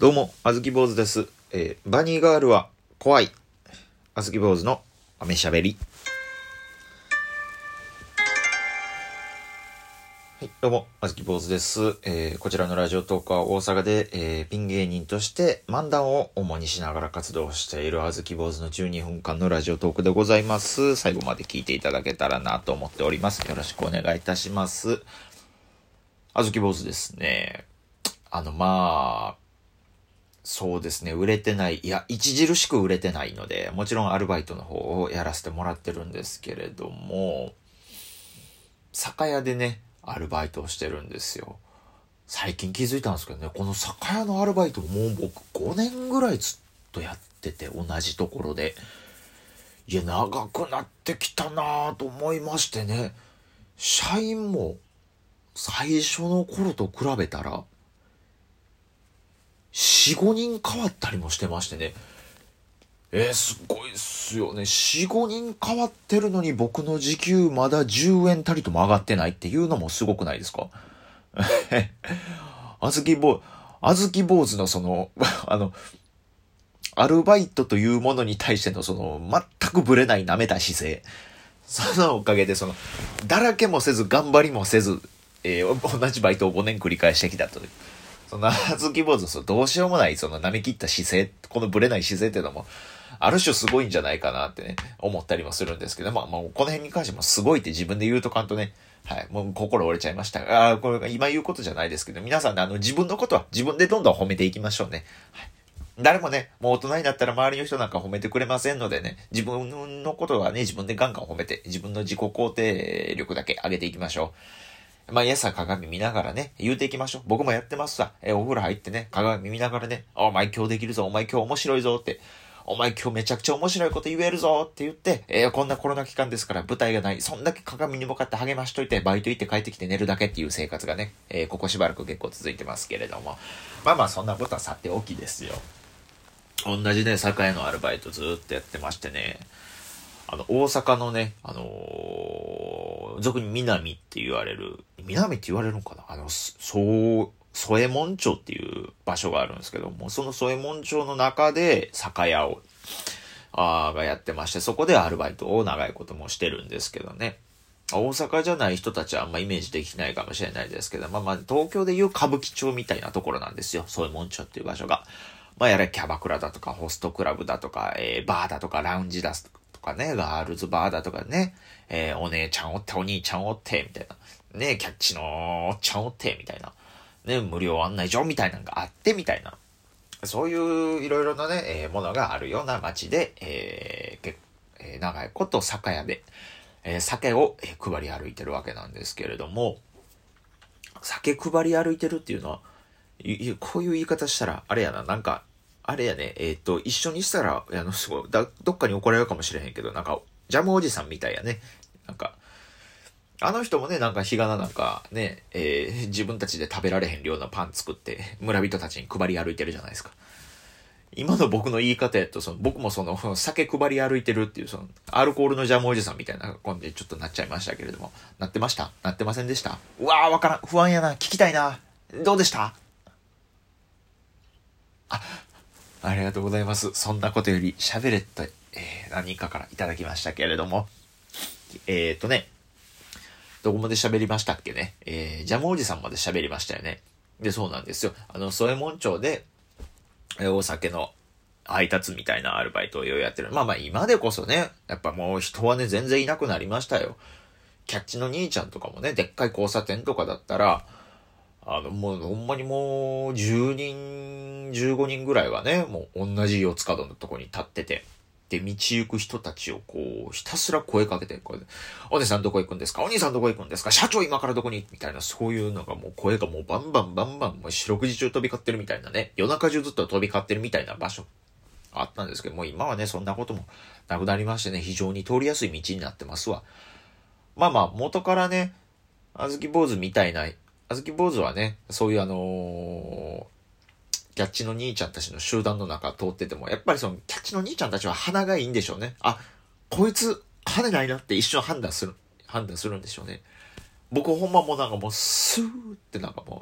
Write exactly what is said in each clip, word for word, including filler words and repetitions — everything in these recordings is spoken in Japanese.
どうも、あずき坊主です。えー、バニーガールは怖い。あずき坊主の豆しゃべり。はい、どうも、あずき坊主です。えー、こちらのラジオトークは大阪で、えー、ピン芸人として漫談を主にしながら活動しているあずき坊主のじゅうにふんかんのラジオトークでございます。最後まで聞いていただけたらなと思っております。よろしくお願いいたします。あずき坊主ですね。あの、まあ、そうですね、売れてない、いや、著しく売れてないので、もちろんアルバイトの方をやらせてもらってるんですけれども、酒屋でね、アルバイトをしてるんですよ。最近気づいたんですけどね、この酒屋のアルバイトもう僕ごねんぐらいずっとやってて、同じところで。いや、長くなってきたなぁと思いましてね、社員も最初の頃と比べたら、よん、ごにん変わったりもしてましてね。えー、すごいっすよね。よん、ごにん変わってるのに僕の時給まだじゅうえんたりとも上がってないっていうのもすごくないですか？あずき坊、あずき坊主のその、あの、アルバイトというものに対してのその、全くぶれない舐めた姿勢。そのおかげでその、だらけもせず頑張りもせず、えー、同じバイトをごねん繰り返してきたという。その、あずき坊主のどうしようもない、その舐め切った姿勢、このブレない姿勢っていうのも、ある種すごいんじゃないかなってね、思ったりもするんですけど、まあ、もうこの辺に関してもすごいって自分で言うとかんとね、はい、もう心折れちゃいました。ああ、これ今言うことじゃないですけど、皆さんね、あの、自分のことは自分でどんどん褒めていきましょうね。はい。誰もね、もう大人になったら周りの人なんか褒めてくれませんのでね、自分のことはね、自分でガンガン褒めて、自分の自己肯定力だけ上げていきましょう。毎朝鏡見ながらね、言うていきましょう。僕もやってますわ。え、お風呂入ってね、鏡見ながらね、お前今日できるぞ、お前今日面白いぞって、お前今日めちゃくちゃ面白いこと言えるぞって言って、えー、こんなコロナ期間ですから舞台がない、そんだけ鏡に向かって励ましといて、バイト行って帰ってきて寝るだけっていう生活がね、えー、ここしばらく結構続いてますけれども。まあまあそんなことはさておきですよ。同じね、酒屋のアルバイトずーっとやってましてね、あの、大阪のね、あのー、俗に南って言われる、南って言われるのかなあの、そう、添右衛門町っていう場所があるんですけども、その添右衛門町の中で酒屋を、あーがやってまして、そこでアルバイトを長いこともしてるんですけどね。大阪じゃない人たちはあんまイメージできないかもしれないですけど、まあまあ、東京でいう歌舞伎町みたいなところなんですよ。添右衛門町っていう場所が。まあ、やれキャバクラだとか、ホストクラブだとか、えー、バーだとか、ラウンジだとかね、ガールズバーだとかね、えー、お姉ちゃんおって、お兄ちゃんおって、みたいな。ね、キャッチのおっちゃんおって、みたいな。ね、無料案内所みたいなのがあって、みたいな。そういういろいろなね、えー、ものがあるような街で、えー、えー、長いこと酒屋で、えー、酒を、えー、配り歩いてるわけなんですけれども、酒配り歩いてるっていうのは、いこういう言い方したら、あれやな、なんか、あれやね、えっと、一緒にしたら、あの、すごい、だ、どっかに怒られるかもしれへんけど、なんか、ジャムおじさんみたいやね。なんか、あの人もね、なんか日がななんかね、えー、自分たちで食べられへん量のパン作って、村人たちに配り歩いてるじゃないですか。今の僕の言い方やと、その、僕もその、酒配り歩いてるっていう、その、アルコールのジャムおじさんみたいな感じでちょっとなっちゃいましたけれども、なってました？なってませんでした？うわー、わからん。不安やな。聞きたいな。どうでした？あ、ありがとうございます。そんなことより喋れって、えー、何人かからいただきましたけれども。えーとね、どこまで喋りましたっけね。えー、ジャムおじさんまで喋りましたよね。で、そうなんですよ。あの、添右衛門町で、えー、お酒の配達みたいなアルバイトをやってる。まあまあ今でこそね、やっぱもう人はね、全然いなくなりましたよ。キャッチの兄ちゃんとかもね、でっかい交差点とかだったら、あの、もう、ほんまにもう、じゅうにん、じゅうごにんぐらいはね、もう同じ四つ角のとこに立ってて、で、道行く人たちをこう、ひたすら声かけて、これで、お姉さんどこ行くんですか？お兄さんどこ行くんですか？社長今からどこにみたいな、そういうのがもう声がもうバンバンバンバン、もう四六時中飛び交ってるみたいなね、夜中中ずっと飛び交ってるみたいな場所あったんですけども、今はね、そんなこともなくなりましてね、非常に通りやすい道になってますわ。まあまあ、元からね、あずき坊主みたいな、あずき坊主はね、そういうあのー、キャッチの兄ちゃんたちの集団の中通ってても、やっぱりそのキャッチの兄ちゃんたちは鼻がいいんでしょうね。あ、こいつ、羽ないなって一瞬判断する、判断するんでしょうね。僕ほんまもうなんかもう、スーってなんかもう、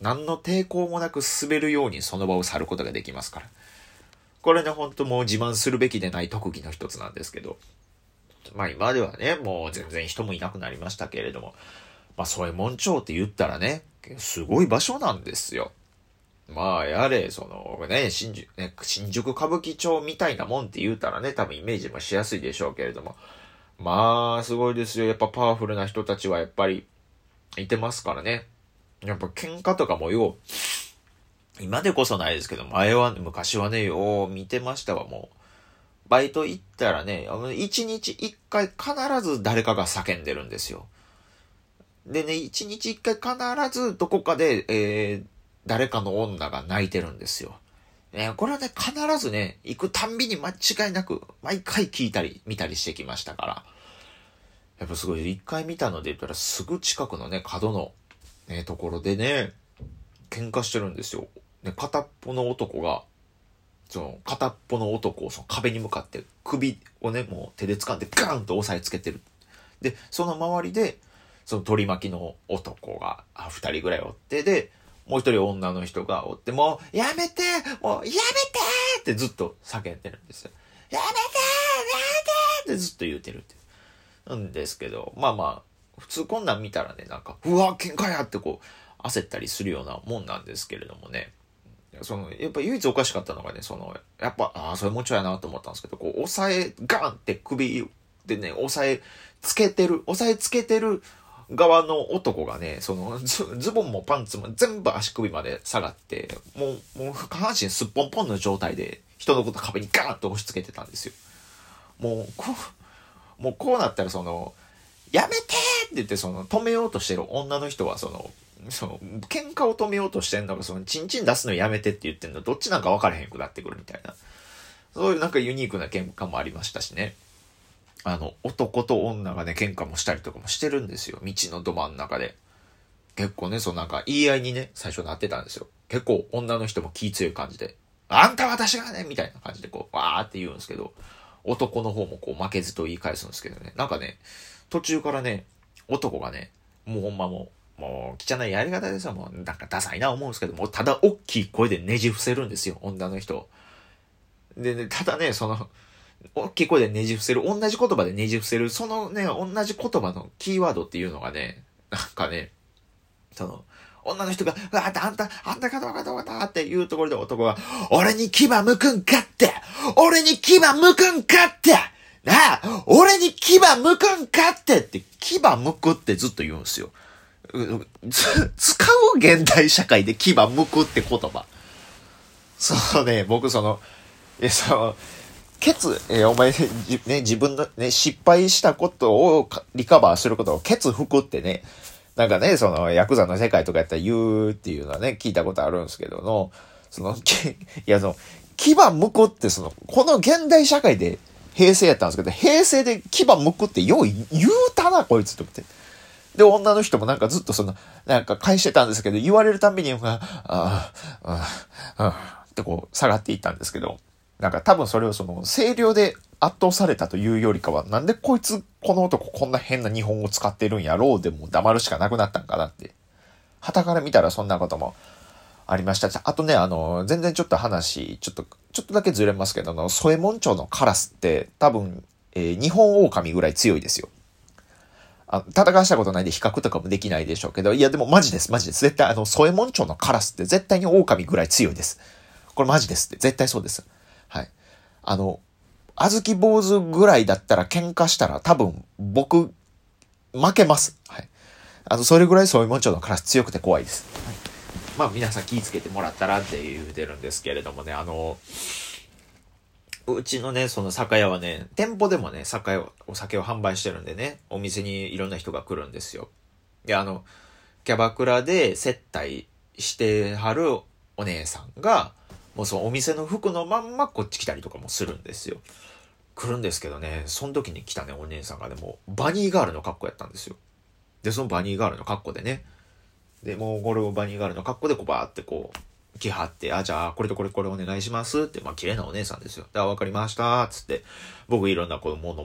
何の抵抗もなく滑るようにその場を去ることができますから。これね、ほんともう自慢するべきでない特技の一つなんですけど。まあ今ではね、もう全然人もいなくなりましたけれども。まあ添右衛門町って言ったらね、すごい場所なんですよ。まあやれ、そのね、新宿、ね、新宿歌舞伎町みたいなもんって言うたらね、多分イメージもしやすいでしょうけれども。まあすごいですよ。やっぱパワフルな人たちはやっぱりいてますからね。やっぱ喧嘩とかもよう、今でこそないですけど、前は、昔はね、よう見てましたわ、もう。バイト行ったらね、一日一回必ず誰かが叫んでるんですよ。でね、一日一回必ずどこかで、えー、誰かの女が泣いてるんですよ。ね、これはね、必ずね、行くたんびに間違いなく、毎回聞いたり、見たりしてきましたから。やっぱすごい、一回見たので言ったらすぐ近くのね、角の、ね、ところでね、喧嘩してるんですよ。ね、片っぽの男が、その、片っぽの男をその壁に向かって首をね、もう手で掴んでガーンと押さえつけてる。で、その周りで、その取り巻きの男が、あ、二人ぐらいおって、で、もう一人女の人がおって、もう、やめてもう、やめてってずっと叫んでるんですよ。やめてやめてってずっと言うてるって。なんですけど、まあまあ、普通こんなん見たらね、なんか、うわ、喧嘩やってこう、焦ったりするようなもんなんですけれどもね。その、やっぱ唯一おかしかったのがね、その、やっぱ、ああ、それもうちょいやなと思ったんですけど、こう、押さえ、ガンって首でね、押さえつけてる、押さえつけてる側の男がね、その、ズ、ズボンもパンツも全部足首まで下がって、もう、もう下半身すっぽんぽんの状態で、人のこと壁にガーンと押し付けてたんですよ。もう、こう、もうこうなったらその、やめてって言ってその、止めようとしてる女の人はその、その、喧嘩を止めようとしてんのか、その、チンチン出すのやめてって言ってんの、どっちなんか分からへんくなってくるみたいな。そういうなんかユニークな喧嘩もありましたしね。あの、男と女がね、喧嘩もしたりとかもしてるんですよ。道のど真ん中で。結構ね、そのなんか言い合いにね、最初なってたんですよ。結構女の人も気強い感じで、あんた私がねみたいな感じでこう、わーって言うんですけど、男の方もこう負けずと言い返すんですけどね。なんかね、途中からね、男がね、もうほんまもう、もう汚いやり方ですよ。もうなんかダサいな思うんですけど、もうただ大きい声でねじ伏せるんですよ、女の人。でね、ただね、その、大きい声でねじ伏せる、同じ言葉でねじ伏せる、そのね、同じ言葉のキーワードっていうのがね、なんかね、その、女の人が、うわーってあんた、あんたかどうかどうかっていうところで男が、俺に牙向くんかって俺に牙向くんかってなあ俺に牙向くんかってって、牙向くってずっと言うんですよ。使う現代社会で牙向くって言葉。そうね、僕その、え、その、ケツ、えー、お前、ね、自分のね、失敗したことをリカバーすることをケツ吹くってね、なんかね、その、ヤクザの世界とかやったら言うっていうのはね、聞いたことあるんですけどの、その、いや、その、牙向くって、その、この現代社会で平成やったんですけど、平成で牙向くってよう言うたな、こいつと思って。で、女の人もなんかずっとその、なんか返してたんですけど、言われるたんびに、ああ、ああ、ああ、ってこう、下がっていったんですけど、なんか多分それをその、声量で圧倒されたというよりかは、なんでこいつ、この男こんな変な日本語使ってるんやろうでも黙るしかなくなったんかなって。傍から見たらそんなこともありました。あとね、あの、全然ちょっと話、ちょっと、ちょっとだけずれますけど、あの、添右衛門町のカラスって多分、えー、日本狼ぐらい強いですよ。あ、戦わしたことないんで比較とかもできないでしょうけど、いやでもマジです、マジです。絶対あの、添右衛門町のカラスって絶対に狼ぐらい強いです。これマジですって、絶対そうです。はい。あの、あずき坊主ぐらいだったら喧嘩したら多分僕負けます。はい。あの、それぐらい添右衛門町のカラス強くて怖いです。はい。まあ皆さん気ぃつけてもらったらって言うてるんですけれどもね、あの、うちのね、その酒屋はね、店舗でもね、酒屋、お酒を販売してるんでね、お店にいろんな人が来るんですよ。で、あの、キャバクラで接待してはるお姉さんが、もうそのお店の服のまんまこっち来たりとかもするんですよ。来るんですけどね、その時に来たね、お姉さんがね、もうバニーガールの格好やったんですよ。で、そのバニーガールの格好でね、で、もうこれをバニーガールの格好でこうバーってこう、来はって、あ、じゃあ、これとこれこれお願いしますって、まあ、綺麗なお姉さんですよ。で、わかりました、つって、僕いろんなこういうもの持っ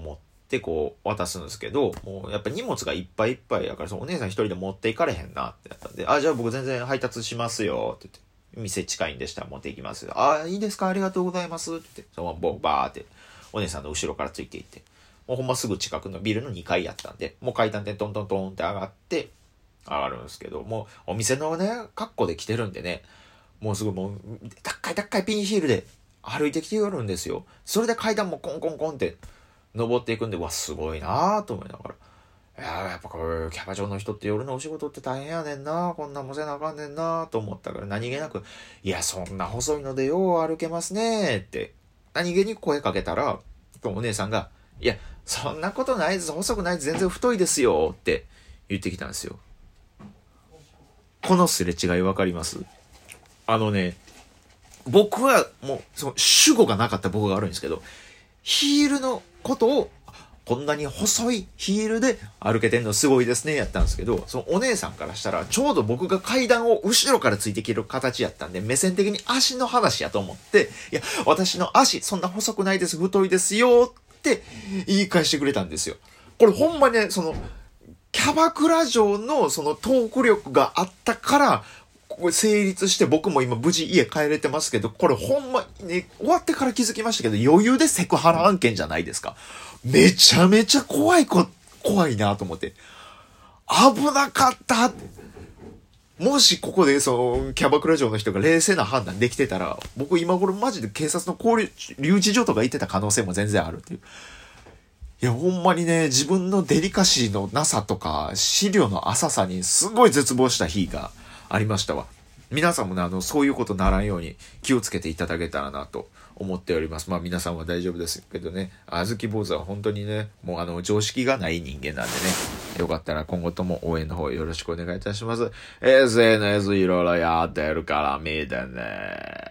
ってこう渡すんですけど、もうやっぱ荷物がいっぱいいっぱいやから、そのお姉さん一人で持っていかれへんなってなったんで、あ、じゃあ僕全然配達しますよって言って、店近いんでしたら持っていきますよ。あ、いいですか、ありがとうございますって言って、そのままバーってお姉さんの後ろからついていって、もうほんますぐ近くのビルのにかいやったんで、もう階段でトントントンって上がって、上がるんですけど、もうお店のね、格好で来てるんでね、もうすぐもう、高い高いピンヒールで歩いてきてよるんですよ。それで階段もコンコンコンって登っていくんで、うわ、すごいなぁと思いながら。いやーやっぱこう、キャバ嬢の人って夜のお仕事って大変やねんな、こんなんもせなあかんねんなと思ったから、何気なく、いや、そんな細いのでよう歩けますねって、何気に声かけたら、お姉さんが、いや、そんなことないです、細くないです、全然太いですよって言ってきたんですよ。このすれ違いわかります？あのね、僕はもう、その主語がなかった僕があるんですけど、ヒールのことを、こんなに細いヒールで歩けてんのすごいですね、やったんですけど、そのお姉さんからしたら、ちょうど僕が階段を後ろからついてきる形やったんで、目線的に足の話やと思って、いや、私の足、そんな細くないです、太いですよって言い返してくれたんですよ。これほんまにね、その、キャバクラ嬢のそのトーク力があったから、これ成立して僕も今無事家帰れてますけど、これほんまにね、終わってから気づきましたけど、余裕でセクハラ案件じゃないですか。めちゃめちゃ怖いこ、怖いなと思って。危なかったって。もしここでそのキャバクラ嬢の人が冷静な判断できてたら、僕今頃マジで警察の交流、留置所とか行ってた可能性も全然あるっていう。いや、ほんまにね、自分のデリカシーのなさとか、資料の浅さにすごい絶望した日がありましたわ。皆さんもね、あの、そういうことならんように気をつけていただけたらなと思っております。まあ皆さんは大丈夫ですけどね、あずき坊主は本当にね、もうあの、常識がない人間なんでね、よかったら今後とも応援の方よろしくお願いいたします。エスエヌエス いろいろやってるから見てね。